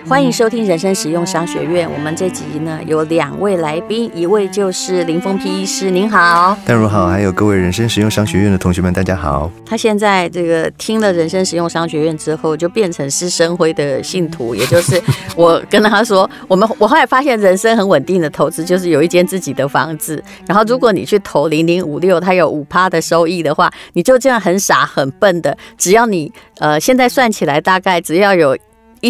欢迎收听人生实用商学院。我们这集呢有2位来宾，一位就是林峰丕医师，您好。 淡如好，还有各位人生实用商学院的同学们，大家好。 他现在这个听了人生实用商学院之后，就变成施昇辉的信徒，也就是我跟他说，我后来发现人生很稳定的投资就是有一间自己的房子，然后如果你去投0056，它有5%的收益的话，你就这样很傻很笨的，只要你现在算起来大概只要有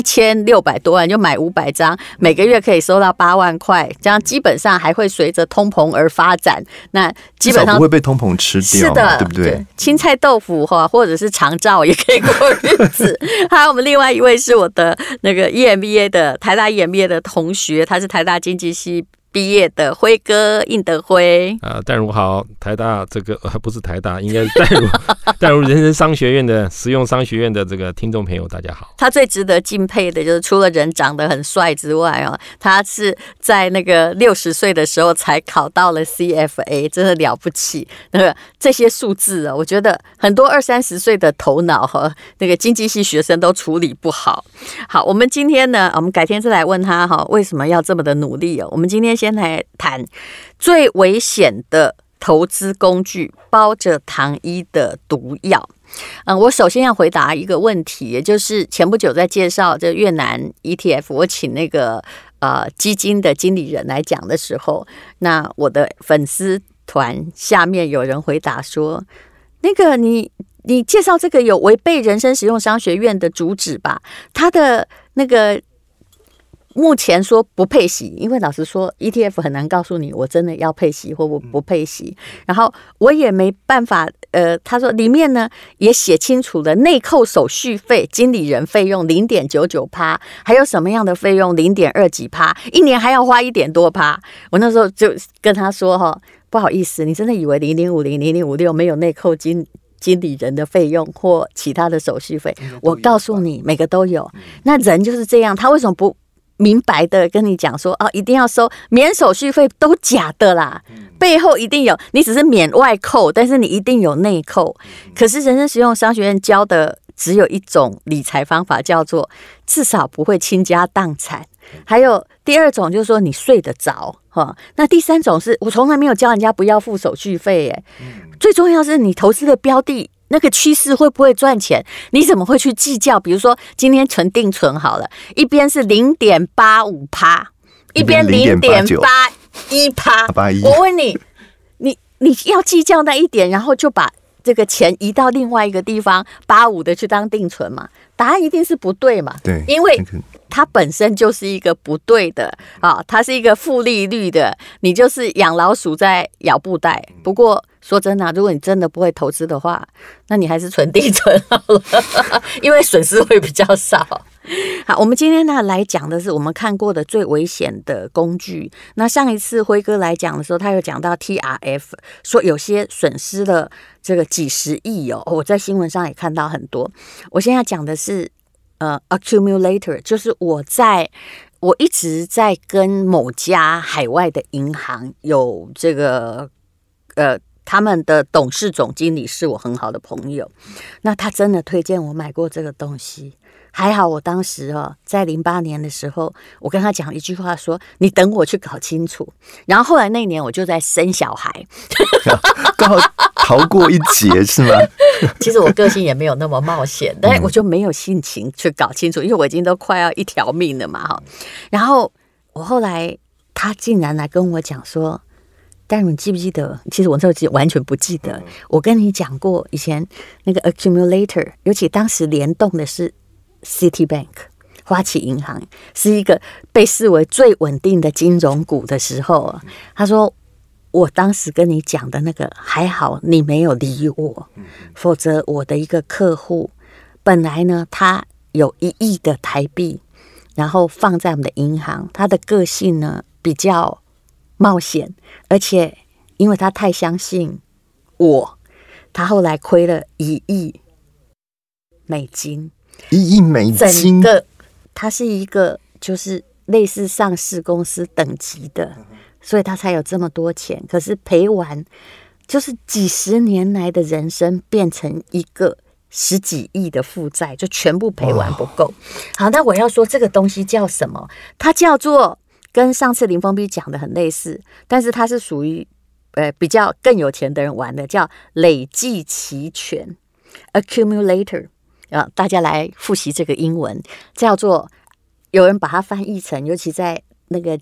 1600多万，就买500张，每个月可以收到8万块，这样基本上还会随着通膨而发展。那基本上不会被通膨吃掉， 是的， 对不对？ 青菜豆腐或者是长照也可以过日子。还有我们另外一位是我的那个 EMBA 的台大 EMBA 的同学，他是台大经济系毕业的辉哥应德辉。 淡如好，台大这个不是台大，应该是淡如人生商学院的实用商学院的这个听众朋友，大家好。 他最值得敬佩的就是除了人长得很帅之外他是在那个60岁的时候才考到了 CFA， 真的了不起。这些数字我觉得很多20-30岁的头脑和那个经济系学生都处理不好。好，我们今天呢，我们改天再来问他为什么要这么的努力。我们今天先来谈最危险的投资工具，包着糖衣的毒药。我首先要回答一个问题，也就是前不久在介绍这越南 ETF， 我请那个基金的经理人来讲的时候，那我的粉丝团下面有人回答说，那个你介绍这个有违背人生实用商学院的主旨吧？他的那个目前说不配息，因为老实说 ETF 很难告诉你我真的要配息或我不配息，然后我也没办法他说里面呢也写清楚了内扣手续费、经理人费用 0.99%， 还有什么样的费用 0.2几%，一年还要花1点多%。我那时候就跟他说不好意思，你真的以为0050、0056没有内扣经理人的费用或其他的手续费？我告诉你每个都有。那人就是这样，他为什么不明白的跟你讲说一定要收免手续费？都假的啦，背后一定有，你只是免外扣，但是你一定有内扣。可是人生实用商学院教的只有一种理财方法，叫做至少不会倾家荡产。还有第二种就是说你睡得着，那第三种是我从来没有教人家不要付手续费最重要是你投资的标的那个趋势会不会赚钱，你怎么会去计较？比如说今天存定存好了，一边是 0.85%， 一边 0.81%， 我问你要计较那一点，然后就把这个钱移到另外一个地方85的去当定存嘛？答案一定是不对嘛？ 对， 因为它本身就是一个不对的它是一个负利率的，你就是养老鼠在咬布袋。不过说真的如果你真的不会投资的话，那你还是存定存好了因为损失会比较少。好，我们今天呢来讲的是我们看过的最危险的工具。那上一次辉哥来讲的时候，他有讲到 TRF， 说有些损失了这个几十亿我在新闻上也看到很多。我现在讲的是accumulator， 就是我一直在跟某家海外的银行有这个他们的董事总经理是我很好的朋友，那他真的推荐我买过这个东西。还好我当时在08年的时候，我跟他讲一句话说，你等我去搞清楚。然后后来那年我就在生小孩刚好逃过一劫是吗？ 其实我个性也没有那么冒险，但我就没有心情去搞清楚，因为我已经都快要一条命了嘛然后我后来他竟然来跟我讲说，但你记不记得？其实我那时候完全不记得。我跟你讲过，以前那个 accumulator， 尤其当时联动的是 Citibank 花旗银行，是一个被视为最稳定的金融股的时候他说我当时跟你讲的那个还好你没有理我，否则我的一个客户本来呢他有1亿的台币，然后放在我们的银行，他的个性呢比较冒险，而且因为他太相信我，他后来亏了1亿美金。 1亿美金， 整个它是一个就是类似上市公司等级的，所以他才有这么多钱。可是赔完，就是几十年来的人生变成一个 10几亿的负债，就全部赔完不够。好，那我要说这个东西叫什么？它叫做跟上次林峰斌讲的很类似，但是它是属于比较更有钱的人玩的，叫累计期权 （accumulator）。大家来复习这个英文，叫做有人把它翻译成，尤其在那个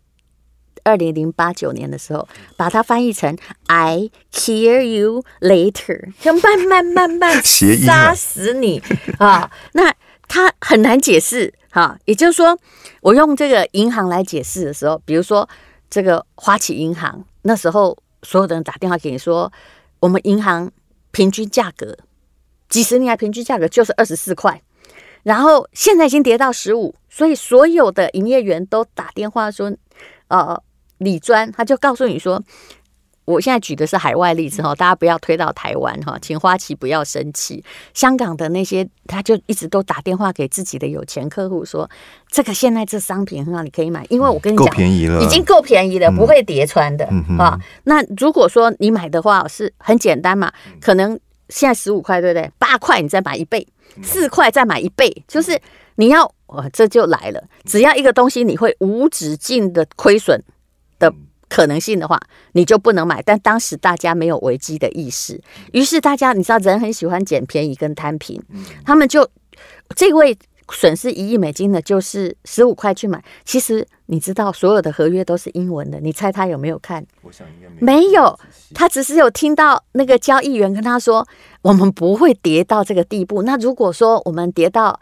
2008、9年的时候，把它翻译成 "I kill you later"， 就慢慢杀死你啊！那它很难解释哈，也就是说，我用这个银行来解释的时候，比如说这个花旗银行，那时候所有的人打电话给你说，我们银行平均价格几十年来平均价格就是24块。然后现在已经跌到15，所以所有的营业员都打电话说，理专他就告诉你说，我现在举的是海外例子哈，大家不要推到台湾哈，请花旗不要生气。香港的那些他就一直都打电话给自己的有钱客户说，这个现在这商品很好，你可以买，因为我跟你讲， 够便宜了， 已经够便宜了，不会跌穿的啊。那如果说你买的话是很简单嘛，可能现在15块对不对？8块你再买1倍，4块再买1倍，就是你要这就来了，只要一个东西你会无止境的亏损的可能性的话，你就不能买。但当时大家没有危机的意识，于是大家你知道人很喜欢捡便宜跟摊平，他们就这位损失1亿美金的，就是15块去买。其实你知道所有的合约都是英文的，你猜他有没有看？ 我想应该没有，他只是有听到那个交易员跟他说，我们不会跌到这个地步。那如果说我们跌到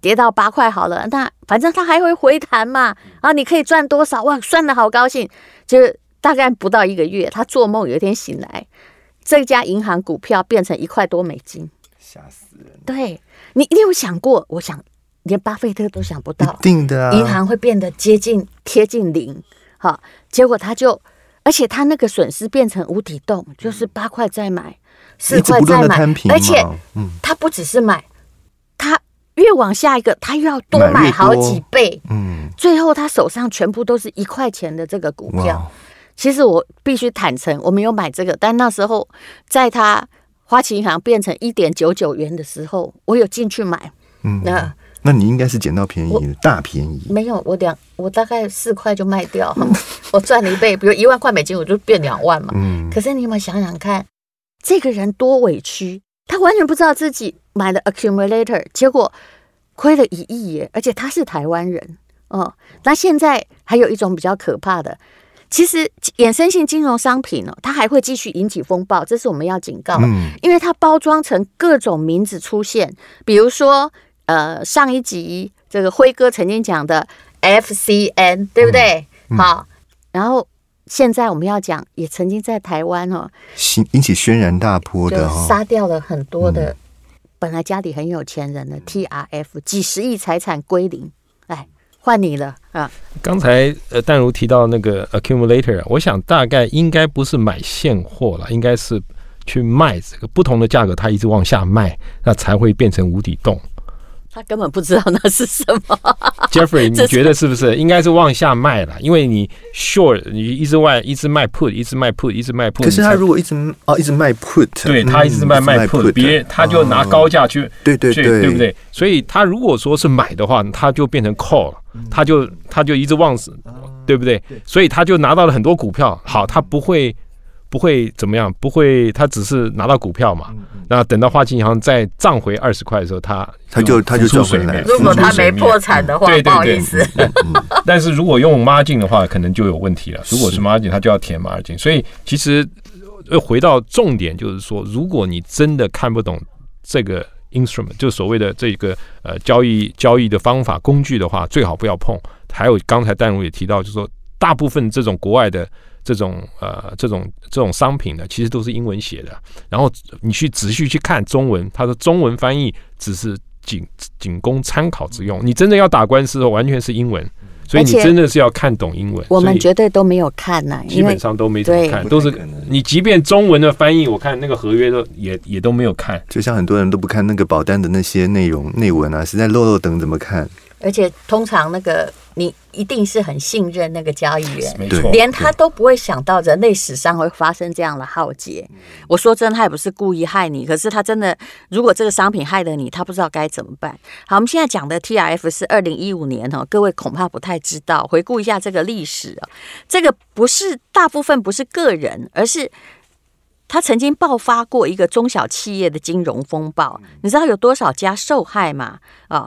8块好了，那反正他还会回弹嘛，你可以赚多少？哇，算得好高兴。就是大概不到1个月，他做梦有一天醒来，这家银行股票变成1块多美金， 吓死人。 对，你有想过？我想连巴菲特都想不到， 一定的啊， 银行会变得贴近0，好，结果他就，而且他那个损失变成无底洞，就是8块再买，4块再买，而且他不只是买，他越往下一个，他又要多买好几倍，最后他手上全部都是1块钱的这个股票。其实我必须坦诚，我没有买这个，但那时候在他花旗银行变成1.99元的时候，我有进去买。 那你应该是捡到便宜，大便宜。 没有，我大概4块就卖掉，我赚了1倍，比如1万块美金，我就变2万嘛。可是你有没有想想看，这个人多委屈，他完全不知道自己买了 accumulator， 结果亏了1亿耶，而且他是台湾人那现在还有一种比较可怕的。其实衍生性金融商品它还会继续引起风暴，这是我们要警告，因为它包装成各种名字出现，比如说上一集这个辉哥曾经讲的 FCN， 对不对？好，然后现在我们要讲，也曾经在台湾引起轩然大波的， 就杀掉了很多的本来家里很有钱人的 TRF， 几十亿财产归零。哎，换你了啊！ 刚才淡如提到那个 accumulator， 我想大概应该不是买现货了，应该是去卖这个不同的价格，它一直往下卖，那才会变成无底洞。 他根本不知道那是什么。 Jeffrey， 你觉得是不是应该是往下卖了？因为你 short， 你一直卖 put， 一直卖 put， 一直卖 put。 可是他如果一直卖 put， 对他一直卖 put， 别人他就拿高价去，对不对？所以他如果说是买的话，他就变成 call 了，他就一直往，对不对？所以他就拿到了很多股票。好，他不会怎么样，不会，他只是拿到股票嘛。那等到花旗银行再涨回20块的时候，他就赚回来。 如果他没破产的话，不好意思。 但是如果用 margin 的话，可能就有问题了。如果是 margin， 他就要填 margin。所以其实回到重点，就是说，如果你真的看不懂这个 instrument， 就所谓的这个交易的方法工具的话，最好不要碰。还有刚才淡如也提到，就是说大部分这种国外的这种商品呢，其实都是英文写的。然后你去仔细去看中文，它的中文翻译只是仅供参考之用。你真的要打官司的话，完全是英文，所以你真的是要看懂英文。 我们绝对都没有看呐， 基本上都没怎么看，都是你即便中文的翻译，我看那个合约也都没有看。 就像很多人都不看那个保单的那些内容内文啊，实在漏等怎么看？ 而且通常那个你一定是很信任那个交易员， 没错， 连他都不会想到人类史上会发生这样的浩劫。我说真的，他也不是故意害你，可是他真的，如果这个商品害了你，他不知道该怎么办。好，我们现在讲的 TRF 是2015年哈，各位恐怕不太知道，回顾一下这个历史啊，这个不是大部分不是个人，而是他曾经爆发过一个中小企业的金融风暴，你知道有多少家受害吗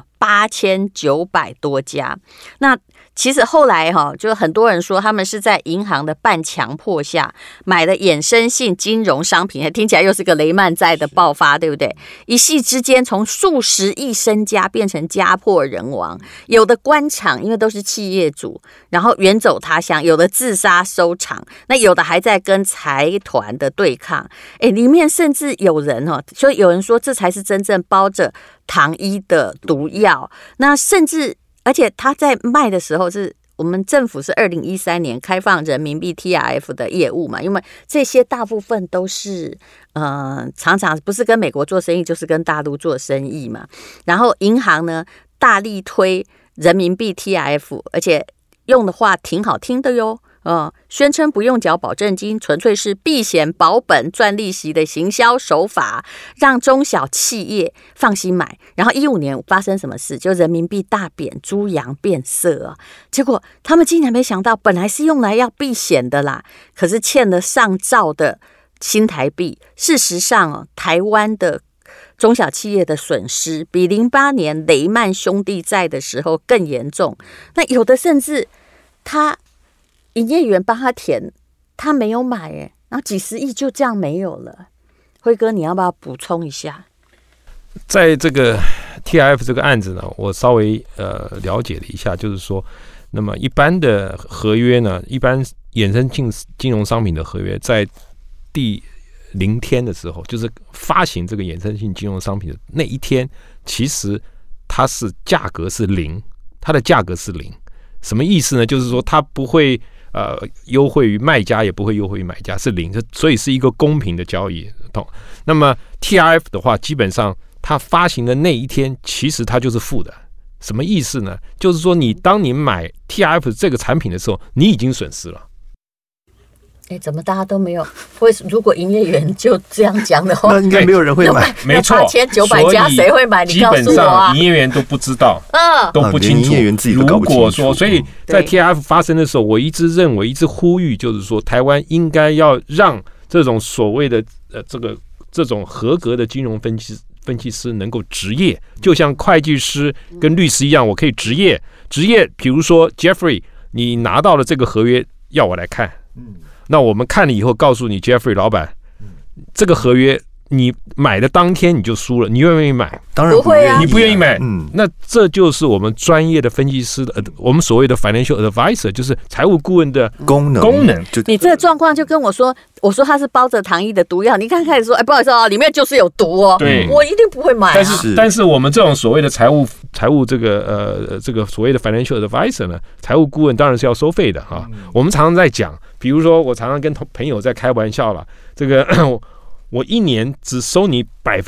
？8900多家。那其实后来就很多人说他们是在银行的半强迫下买了衍生性金融商品，听起来又是个雷曼债的爆发，对不对？一夕之间从数十亿身家变成家破人亡，有的关厂因为都是企业主，然后远走他乡，有的自杀收场，那有的还在跟财团的对抗。里面甚至有人所以有人说这才是真正包着糖衣的毒药。那甚至而且他在卖的时候是我们政府是2013年开放人民币 TRF 的业务嘛，因为这些大部分都是常常不是跟美国做生意就是跟大陆做生意嘛。然后银行呢大力推人民币 TRF， 而且用的话挺好听的哟。宣称不用缴保证金，纯粹是避险保本赚利息的行销手法，让中小企业放心买。然后15年发生什么事？就人民币大贬，猪羊变色结果他们竟然没想到，本来是用来要避险的啦，可是欠了上兆的新台币。事实上台湾的中小企业的损失比08年雷曼兄弟债的时候更严重。那有的甚至他营业员帮他填，他没有买然后几十亿就这样没有了。辉哥，你要不要补充一下？ 在这个 TRF 这个案子呢，我稍微了解了一下，就是说，那么一般的合约呢，一般衍生金融商品的合约，在第0天的时候，就是发行这个衍生性金融商品的那一天，其实它是价格是0，它的价格是0。什么意思呢？就是说它不会优惠于卖家，也不会优惠于买家，是0，所以是一个公平的交易。那么 TRF 的话，基本上它发行的那一天，其实它就是负的。什么意思呢？就是说当你买 TRF 这个产品的时候，你已经损失了。 怎么大家都没有？如果营业员就这样讲的话， 那应该没有人会买。 没错 ，8900家谁会买？你告诉我基本上营业员都不知道，都不清楚。 营业员自己都搞不清楚。 如果说，所以在 TRF 发生的时候，我一直认为，一直呼吁，就是说，台湾应该要让这种所谓的这种合格的金融分析师能够执业，就像会计师跟律师一样，我可以执业。比如说 Jeffrey， 你拿到了这个合约，要我来看。那我们看了以后，告诉你 Jeffrey 老板，这个合约你买的当天你就输了，你愿不愿意买？ 当然不愿意， 你不愿意买。那这就是我们专业的分析师的，我们所谓的 financial advisor， 就是财务顾问的功能。 你这个状况就跟我说他是包着糖衣的毒药，你刚开始说，不好意思里面就是有毒对， 我一定不会买。 但是我们这种所谓的财务这个所谓的 financial advisor 呢，财务顾问当然是要收费的我们常常在讲，比如说我常常跟朋友在开玩笑了，这个我1年只收你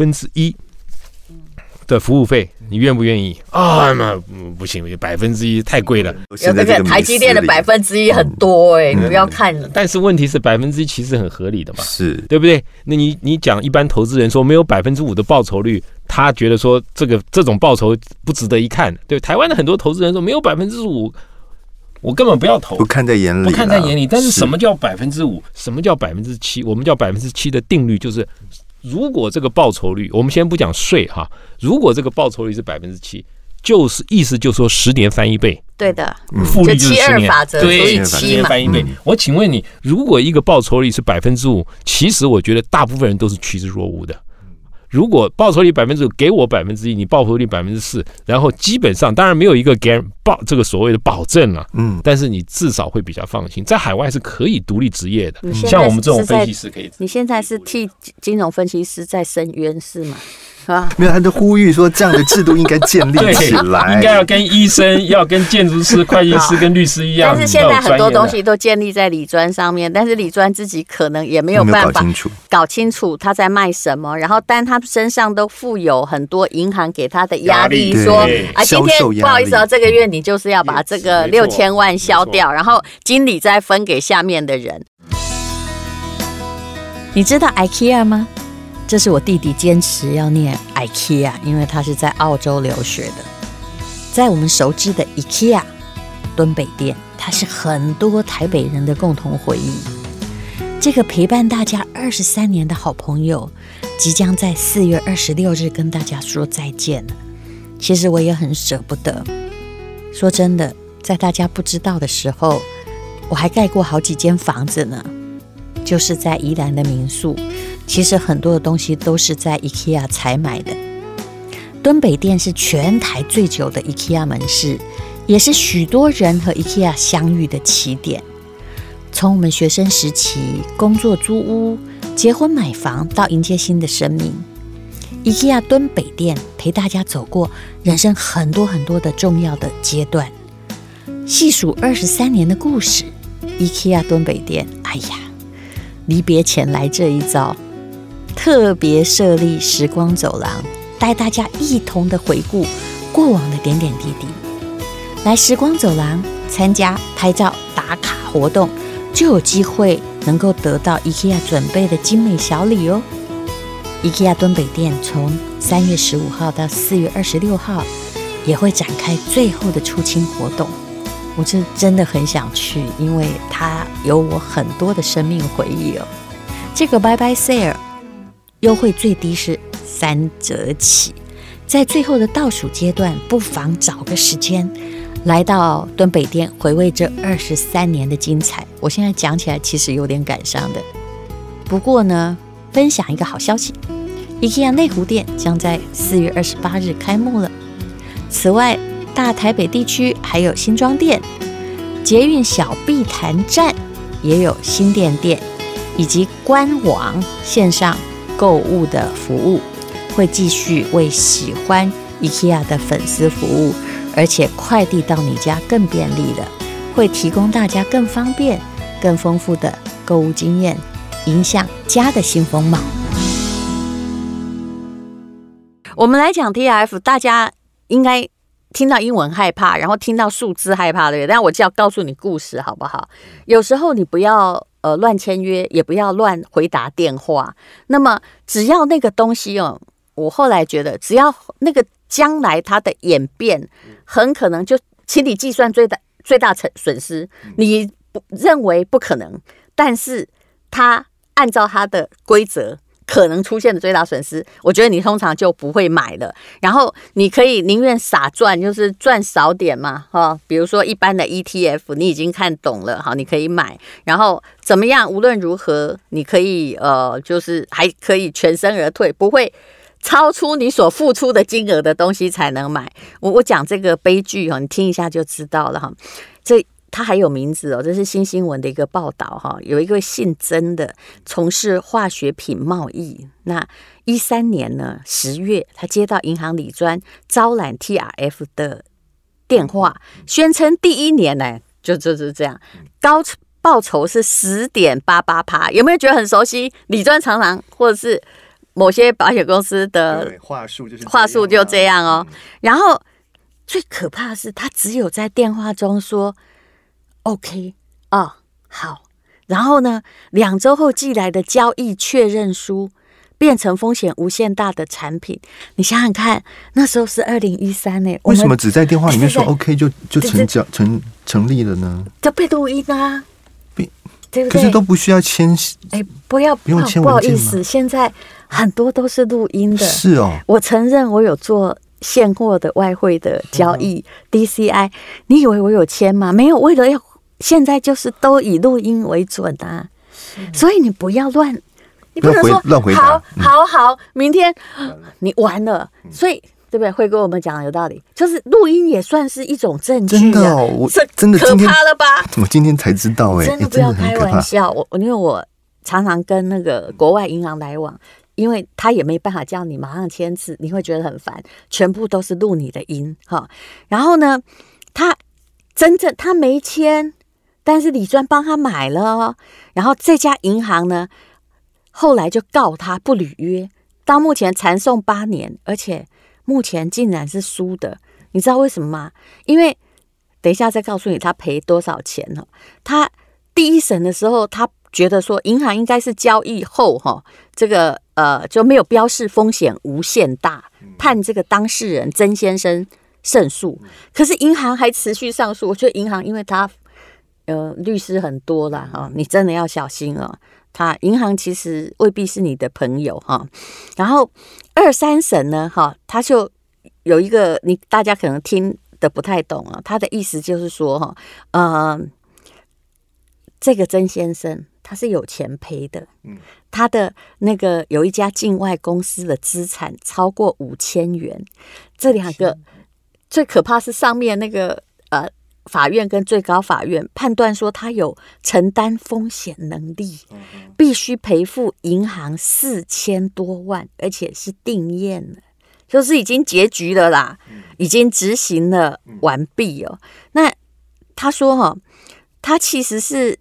1%的服务费，你愿不愿意不行，1%太贵了。 有这个台积电的1%很多你不要看了。 但是问题是1%其实很合理的嘛， 是对不对？那你讲一般投资人说没有5%的报酬率，他觉得说这种报酬不值得一看，对？台湾的很多投资人说没有5%。我根本不要投， 不看在眼里。 但是什么叫5%？什么叫7%？我们叫7%的定律，就是如果这个报酬率，我们先不讲税如果这个报酬率是7%，就是意思就是说10年翻1倍。 对的， 复利就是10年法则， 对，10年翻1倍。我请问你，如果一个报酬率是5%，其实我觉得大部分人都是趋之若鹜的。如果报酬率5%，给我1%，你报酬率4%，然后基本上当然没有一个这个所谓的保证了，但是你至少会比较放心，在海外是可以独立执业的，像我们这种分析师可以。 你现在是替金融分析师在申冤是吗？ 没有，他就呼吁说这样的制度应该建立起来， 应该要跟医生、要跟建筑师、会计师、跟律师一样。 但是现在很多东西都建立在理专上面，但是理专自己可能也没有办法搞清楚他在卖什么，然后但他身上都负有很多银行给他的压力，说今天不好意思这个月你就是要把这个6000万销掉，然后经理再分给下面的人。你知道 IKEA 吗？这是我弟弟坚持要念 IKEA， 因为他是在澳洲留学的。在我们熟知的 IKEA 敦北店，它是很多台北人的共同回忆。这个陪伴大家23年的好朋友，即将在4月26日跟大家说再见了。其实我也很舍不得。说真的，在大家不知道的时候，我还盖过好几间房子呢，就是在宜兰的民宿。其实很多的东西都是在 IKEA 采买的。敦北店是全台最久的 IKEA 门市，也是许多人和 IKEA 相遇的起点。从我们学生时期工作租屋、结婚买房到迎接新的生命， IKEA 敦北店陪大家走过人生很多很多的重要的阶段。细数23年的故事， IKEA 敦北店，哎呀，离别前来这一遭，特别设立时光走廊，带大家一同的回顾过往的点点滴滴。来时光走廊参加拍照打卡活动，就有机会能够得到 IKEA 准备的精美小礼哦。IKEA 敦北店从3月15号到4月26号也会展开最后的出清活动。我真的很想去，因为它有我很多的生命回忆哦。这个 Bye Bye Sale 优惠最低是3折起，在最后的倒数阶段，不妨找个时间来到敦北店，回味这23年的精彩。我现在讲起来其实有点感伤的，不过呢，分享一个好消息， IKEA 内湖店将在4月28日开幕了。此外，大台北地区还有新庄店、捷运小碧潭站也有新店，以及官网线上购物的服务，会继续为喜欢 IKEA 的粉丝服务，而且快递到你家更便利了，会提供大家更方便、更丰富的购物经验，迎向家的新风貌。我们来讲 TRF， 大家应该听到英文害怕，然后听到数字害怕，对不对？但我就要告诉你故事，好不好？有时候你不要乱签约，也不要乱回答电话。那么只要那个东西哦，我后来觉得，只要那个将来它的演变，很可能就请你计算最大损失。你认为不可能，但是它按照它的规则可能出现的最大损失，我觉得你通常就不会买了。然后你可以宁愿傻赚，就是赚少点嘛，比如说一般的 ETF 你已经看懂了，好，你可以买，然后怎么样，无论如何你可以就是还可以全身而退，不会超出你所付出的金额的东西才能买。我讲这个悲剧你听一下就知道了哈。他还有名字这是新新闻的一个报道有一个姓曾的从事化学品贸易。那13年呢10月，他接到银行理专招揽 TRF 的电话，宣称第一年呢就是这样，高报酬是10.88%。有没有觉得很熟悉？理专常常或者是某些保险公司的话术就这样哦。然后最可怕的是，他只有在电话中说OK 好，然后呢2周后寄来的交易确认书变成风险无限大的产品。你想想看，那时候是2013呢， 为什么只在电话里面说 OK 就成立了呢？ 就被录音啊，对不对？ 可是都不需要签， 不用签文件吗？不好意思，现在很多都是录音的。 是哦， 我承认我有做现货的外汇的交易DCI， 你以为我有签吗？没有，为了要现在就是都以录音为准啊，所以你不要乱，你不能说乱回答。 好，明天你完了，所以对不对？辉哥，我们讲的有道理，就是录音也算是一种证据啊。 真的我真的可怕了吧？ 我今天才知道真的不要开玩笑。因为我常常跟那个国外银行来往， 因为他也没办法叫你马上签字，你会觉得很烦，全部都是录你的音哈。然后呢，他没签，但是理专帮他买了哦。然后这家银行呢，后来就告他不履约，到目前缠讼8年，而且目前竟然是输的。你知道为什么吗？因为等一下再告诉你他赔多少钱哦。他第一审的时候，他觉得说银行应该是交易后这个就没有标示风险无限大，判这个当事人曾先生胜诉。可是银行还持续上诉。我觉得银行因为他律师很多啦你真的要小心哦。银行其实未必是你的朋友然后2、3审呢他就有一个大家可能听的不太懂他的意思就是说这个曾先生他是有钱赔的，他的那个有一家境外公司的资产超过5000元，这2个最可怕是上面那个法院跟最高法院判断说他有承担风险能力，必须赔付银行4000多万，而且是定验了，就是已经结局了啦，已经执行了完毕哦。那他说他其实是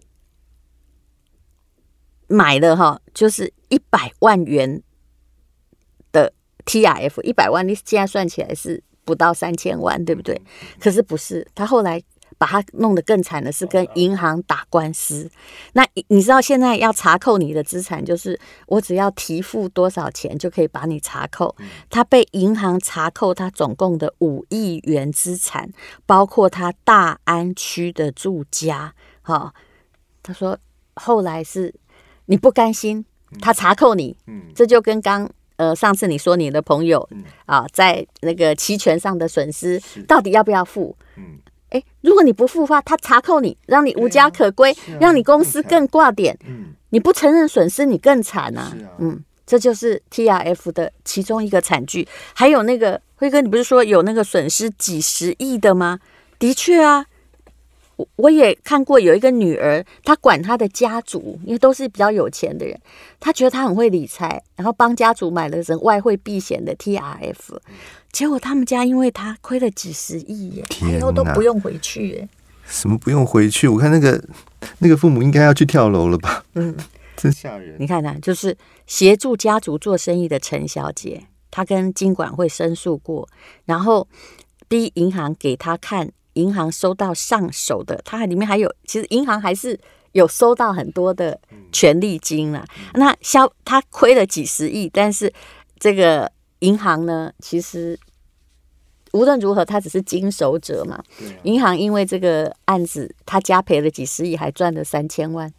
买了就是100万元的 TRF，100万你现在算起来是不到3000万，对不对？可是不是，他后来把他弄得更惨的是跟银行打官司。那你知道现在要查扣你的资产，就是我只要提付多少钱就可以把你查扣。他被银行查扣他总共的5亿元资产，包括他大安区的住家。他说后来是你不甘心，他查扣你，这就跟上次你说你的朋友在那个期权上的损失到底要不要付？如果你不付的话，他查扣你，让你无家可归，让你公司更挂点，你不承认损失，你更惨啊！这就是 TRF 的其中一个惨剧。还有那个辉哥，你不是说有那个损失几10亿的吗？的确啊。我也看过有一个女儿，她管她的家族，因为都是比较有钱的人，她觉得她很会理财，然后帮家族买了整外汇避险的 TRF， 结果他们家因为她亏了几10亿耶，以后都不用回去耶。 什么不用回去？我看那个父母应该要去跳楼了吧？真吓人。 你看就是协助家族做生意的陈小姐，她跟金管会申诉过，然后逼银行给她看。银行收到上手的，它里面还有，其实银行还是有收到很多的权利金啦。那他亏了几10亿，但是这个银行呢，其实无论如何，他只是经手者嘛。银行因为这个案子，他加赔了几10亿，还赚了3000万。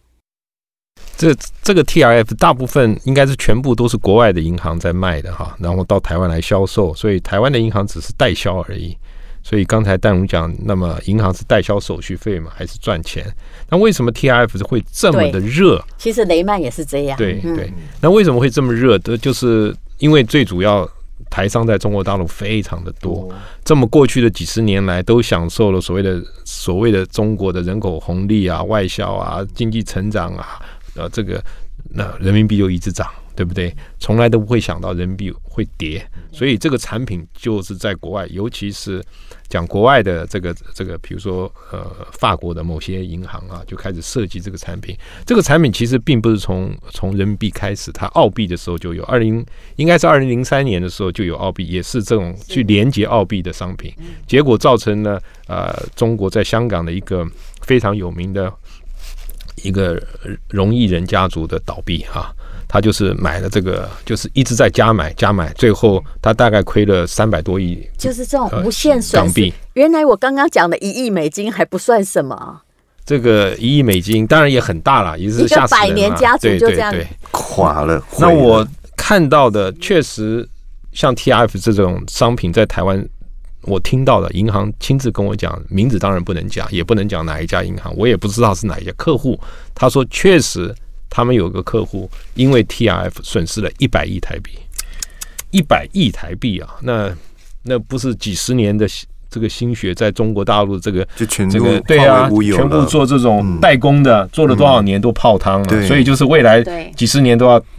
这个 TRF 大部分应该是全部都是国外的银行在卖的然后到台湾来销售，所以台湾的银行只是代销而已。所以刚才淡如讲，那么银行是代销手续费嘛，还是赚钱？那为什么 TRF 会这么的热？ 其实雷曼也是这样。 对。那为什么会这么热？就是因为最主要台商在中国大陆非常的多，这么过去的几10年来都享受了所谓的中国的人口红利啊、外销啊、经济成长啊，这个那人民币就一直涨。对不对？从来都不会想到人民币会跌，所以这个产品就是在国外，尤其是讲国外的这个，比如说法国的某些银行就开始设计这个产品。这个产品其实并不是从人民币开始，它澳币的时候就有，应该是2003年的时候就有澳币，也是这种去连接澳币的商品，结果造成了中国在香港的一个非常有名的一个荣毅人家族的倒闭他就是买了这个，就是一直在加买，最后他大概亏了300多亿， 就是这种无限损失。原来我刚刚讲的1亿美金还不算什么， 这个1亿美金当然也很大了，也是吓死人了。一个100年家族就这样垮了。 那我看到的确实像 TRF 这种商品在台湾，我听到的银行亲自跟我讲，名字当然不能讲，也不能讲哪一家银行，我也不知道是哪一家客户。他说确实。他们有个客户因为 TRF 损失了100亿台币，100亿台币那不是几10年的这个心血，在中国大陆这个就全部对全部做这种代工的，做了多少年都泡汤了，所以就是未来几10年都要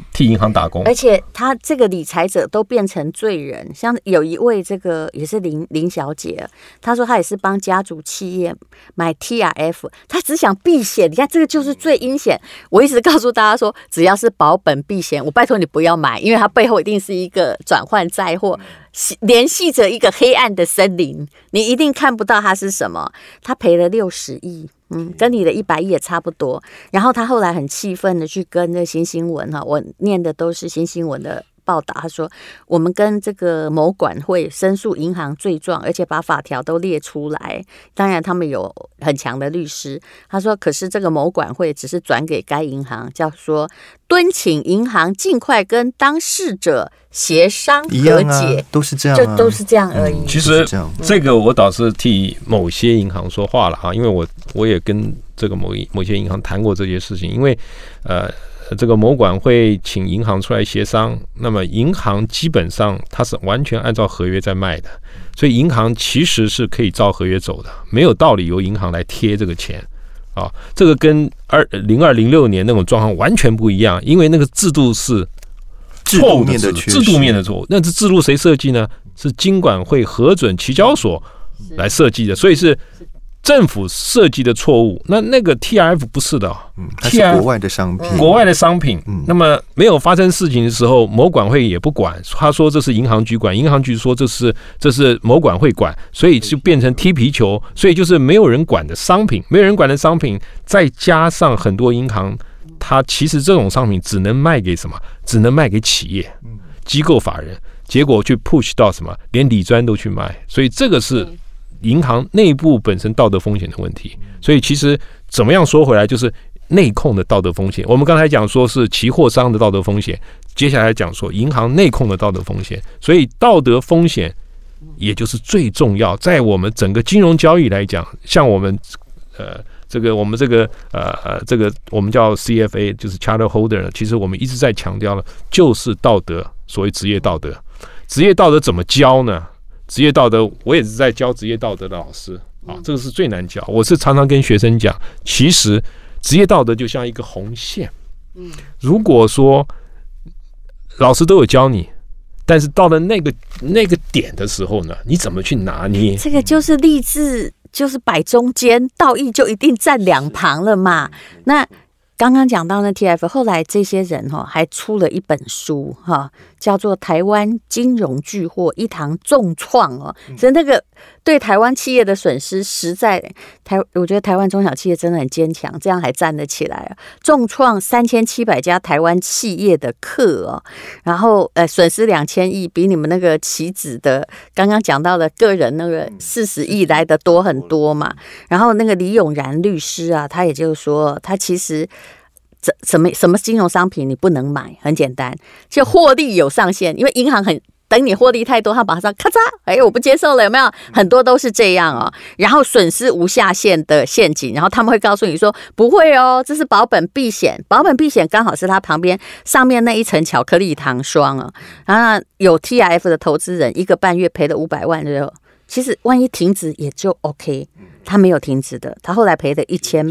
替银行打工， 而且他这个理财者都变成罪人。像有一位这个也是林小姐，她说她也是帮家族企业买 TRF， 她只想避险。你看这个就是最阴险。我一直告诉大家说，只要是保本避险，我拜托你不要买，因为它背后一定是一个转换债或联系着一个黑暗的森林，你一定看不到它是什么。他赔了60亿。跟你的100亿也差不多。然后他后来很气愤的去跟这新新闻哈，我念的都是新新闻的报道。他说我们跟这个某管会申诉银行罪状，而且把法条都列出来。当然他们有很强的律师。他说可是这个某管会只是转给该银行，叫说敦请银行尽快跟当事者协商和解， 都是这样， 就都是这样而已。 其实这个我倒是替某些银行说话了哈，因为我也跟这个某些银行谈过这些事情，因为这个某管会请银行出来协商，那么银行基本上它是完全按照合约在卖的，所以银行其实是可以照合约走的，没有道理由银行来贴这个钱啊。这个跟0206年那种状况完全不一样，因为那个制度是错误的制度面的错误。那这制度谁设计呢？是金管会核准期交所来设计的，所以是政府设计的错误。那个 TRF 不是的， 它是国外的商品， 那么没有发生事情的时候，某管会也不管，他说这是银行局管，银行局说这是某管会管，所以就变成踢皮球，所以就是没有人管的商品，再加上很多银行，它其实这种商品只能卖给什么？只能卖给企业、机构法人，结果去 push 到什么？连理专都去卖，所以这个是银行内部本身道德风险的问题。所以其实怎么样说回来，就是内控的道德风险。我们刚才讲说是期货商的道德风险，接下来讲说银行内控的道德风险。所以道德风险也就是最重要，在我们整个金融交易来讲，像我们这个我们叫 CFA， 就是 Charter Holder， 其实我们一直在强调的就是道德，所谓职业道德。职业道德怎么教呢？职业道德我也是在教职业道德的老师啊，这个是最难教。我是常常跟学生讲，其实职业道德就像一个红线。如果说老师都有教你，但是到了那个点的时候呢，你怎么去拿捏？ 这个就是励志，就是摆中间，道义就一定站两旁了嘛。那刚刚讲到那 TF， 后来这些人还出了一本书叫做《台湾金融巨祸一堂重创》所以那个对台湾企业的损失实在我觉得台湾中小企业真的很坚强，这样还站得起来重创3700家台湾企业的课然后损失2000亿，比你们那个期指的刚刚讲到的个人那个40亿来的多很多嘛。然后那个李永然律师他也就是说，他其实什么金融商品你不能买，很简单，就获利有上限，因为银行等你获利太多，他马上咔嚓，我不接受了，有没有？很多都是这样然后损失无下限的陷阱，然后他们会告诉你说不会这是保本避险，保本避险刚好是它旁边上面那一层巧克力糖霜然后有 TRF 的投资人1个半月赔了500万的时候，其实万一停止也就 OK， 他没有停止的，他后来赔了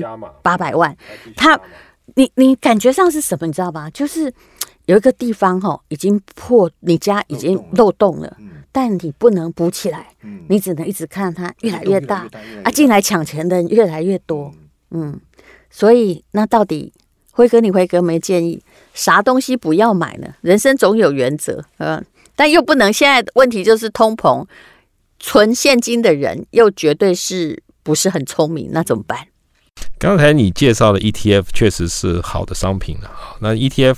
1800万，你感觉上是什么？你知道吧？就是有一个地方已经破，你家已经漏洞了，但你不能补起来，你只能一直看它越来越大进来抢钱的人越来越多。所以那到底辉哥没建议啥东西不要买呢？人生总有原则但又不能，现在问题就是通膨，存现金的人又绝对是不是很聪明，那怎么办？ 刚才你介绍的 ETF 确实是好的商品了。那 ETF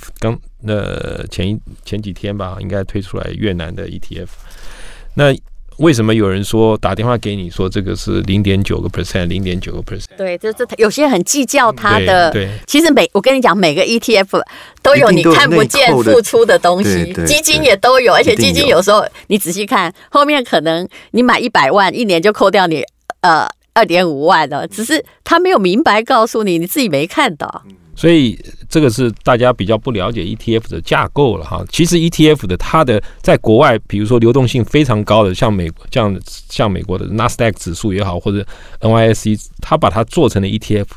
前几天吧，应该推出来越南的 ETF。那为什么有人说打电话给你说这个是 0.9%？ 对，就是有些人很计较它的。 对， 其实我跟你讲，每个 ETF 都有你看不见付出的东西，基金也都有，而且基金有时候你仔细看，后面可能你买100万，一年就扣掉你2.5万了，只是他没有明白告诉你，你自己没看到。 所以这个是大家比较不了解 ETF 的架构了哈。其实 ETF 的它的在国外，比如说流动性非常高的，像美国的 NASDAQ 指数也好，或者 NYSE， 它把它做成了 ETF，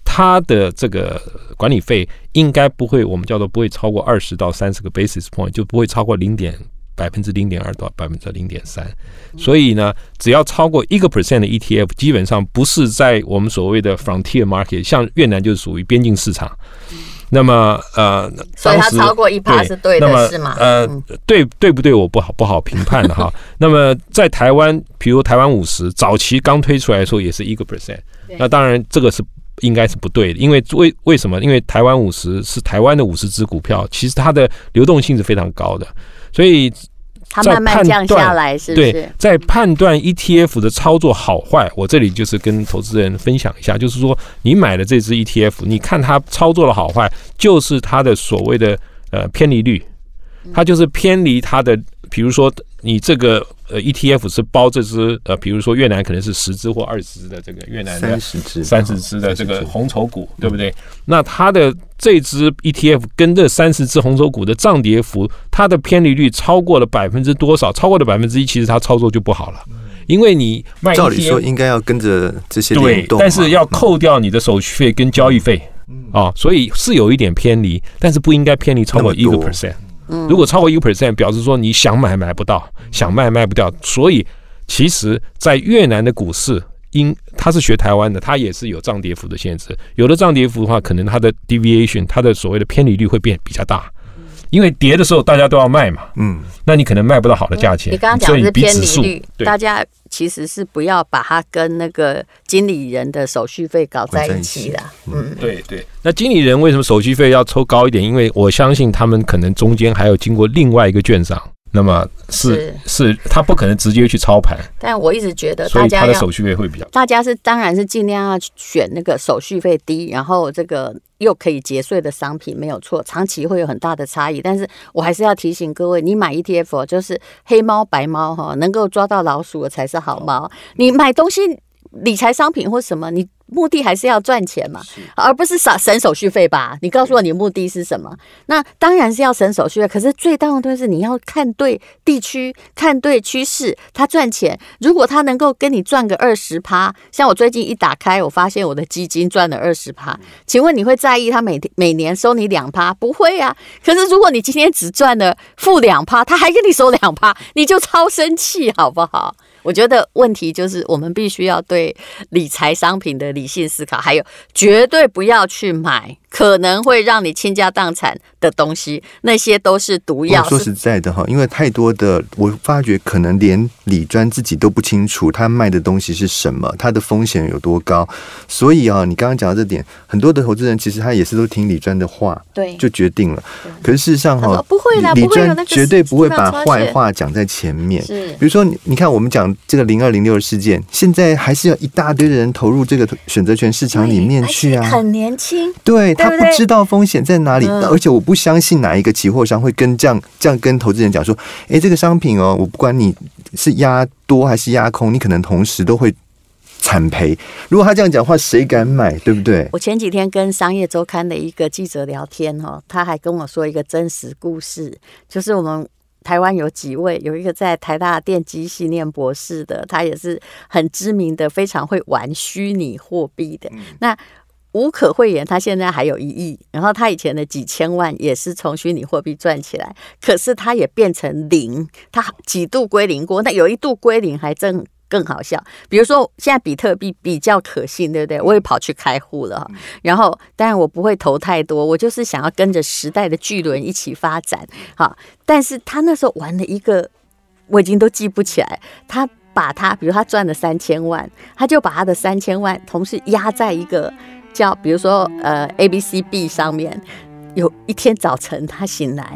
它的这个管理费应该不会，我们叫做不会超过20到30个 basis point， 就不会超过0.2%到0.3%。所以呢，只要超过1%的 ETF， 基本上不是在我们所谓的 frontier market， 像越南就是属于边境市场。那么所以它超过1%是对的，是吗？ 对不对？我不好评判的哈。那么在台湾，比如台湾50，早期刚推出来的时候也是1%，那当然这个是应该是不对的，因为为什么？因为台湾50是台湾的50只股票，其实它的流动性是非常高的，所以它慢慢降下来，是不是？ 对，在判断 ETF 的操作好坏，我这里就是跟投资人分享一下，就是说你买的这支 ETF， 你看它操作的好坏，就是它的所谓的偏离率，它就是偏离它的，比如说你这个ETF 是包这支比如说越南可能是10只或20只的这个越南的30只的这个红筹股，对不对？那它的这支 ETF 跟这30只红筹股的涨跌幅，它的偏离率超过了多少？超过了1%，其实它操作就不好了。因为你卖 ETF， 照理说应该要跟着这些联动， 但是要扣掉你的手续费跟交易费所以是有一点偏离，但是不应该偏离超过1%。如果超过1%，表示说你想买买不到，想卖卖不掉。所以其实在越南的股市，它是学台湾的，它也是有涨跌幅的限制。有的涨跌幅的话，可能它的 deviation， 它的所谓的偏离率会变比较大。因为跌的时候大家都要卖嘛，那你可能卖不到好的价钱。 你刚刚讲的是偏离率，大家其实是不要把它跟那个经理人的手续费搞在一起的。 对。那经理人为什么手续费要抽高一点？因为我相信他们可能中间还有经过另外一个券商。那么是他不可能直接去操盘， 但我一直觉得所以他的手续费会比较， 大家当然是尽量要选那个手续费低，然后这个又可以节税的商品，没有错，长期会有很大的差异。但是我还是要提醒各位，你买 ETF 就是黑猫白猫能够抓到老鼠的才是好猫。你买东西理财商品或什么，你目的还是要赚钱嘛，而不是省手续费吧？你告诉我你目的是什么？那当然是要省手续费，可是最大的东西是你要看对地区，看对趋势，它赚钱。如果它能够跟你赚个20%，像我最近一打开，我发现我的基金赚了20%，请问你会在意它每年收你2%？不会啊。可是如果你今天只赚了-2%，他还跟你收2%，你就超生气，好不好？我觉得问题就是我们必须要对理财商品的理性思考，还有绝对不要去买可能会让你倾家荡产的东西，那些都是毒药。 说实在的，因为太多的，我发觉可能连理专自己都不清楚他卖的东西是什么，他的风险有多高。所以你刚刚讲到这点，很多的投资人其实他也是都听理专的话， 对， 就决定了。可是事实上不会啦， 理专绝对不会把坏话讲在前面。比如说你看我们讲这个0206事件，现在还是要一大堆的人投入这个选择权市场里面去啊， 很年轻， 对，他不知道风险在哪里，而且我不相信哪一个期货商会跟这样跟投资人讲说，这个商品我不管你是压多还是压空，你可能同时都会惨赔。如果他这样讲话，谁敢买，对不对？ 我前几天跟商业周刊的一个记者聊天他还跟我说一个真实故事，就是我们台湾有几位，有一个在台大电机系念博士的，他也是很知名的，非常会玩虚拟货币的。那无可讳言，他现在还有1亿，然后他以前的几千万也是从虚拟货币赚起来，可是他也变成零，他几度归零过，那有一度归零还真更好笑。比如说现在比特币比较可信，对不对？我也跑去开户了，然后当然我不会投太多，我就是想要跟着时代的巨轮一起发展。好，但是他那时候玩了一个，我已经都记不起来，他把他比如他赚了3000万，他就把他的3000万同时压在一个叫比如说ABCB 上面。有一天早晨他醒来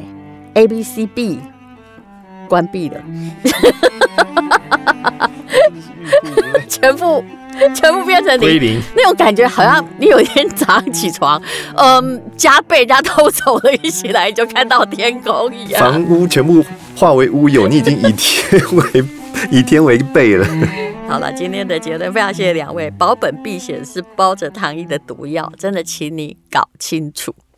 ABCB 关闭了全部变成零，那种感觉好像你有一天早上起床家被人家偷走了，一起来就看到天空一样， 房屋全部化为乌有，你已经以天为被了。 好了，今天的结论非常谢谢两位，保本避险是包着糖衣的毒药，真的请你搞清楚。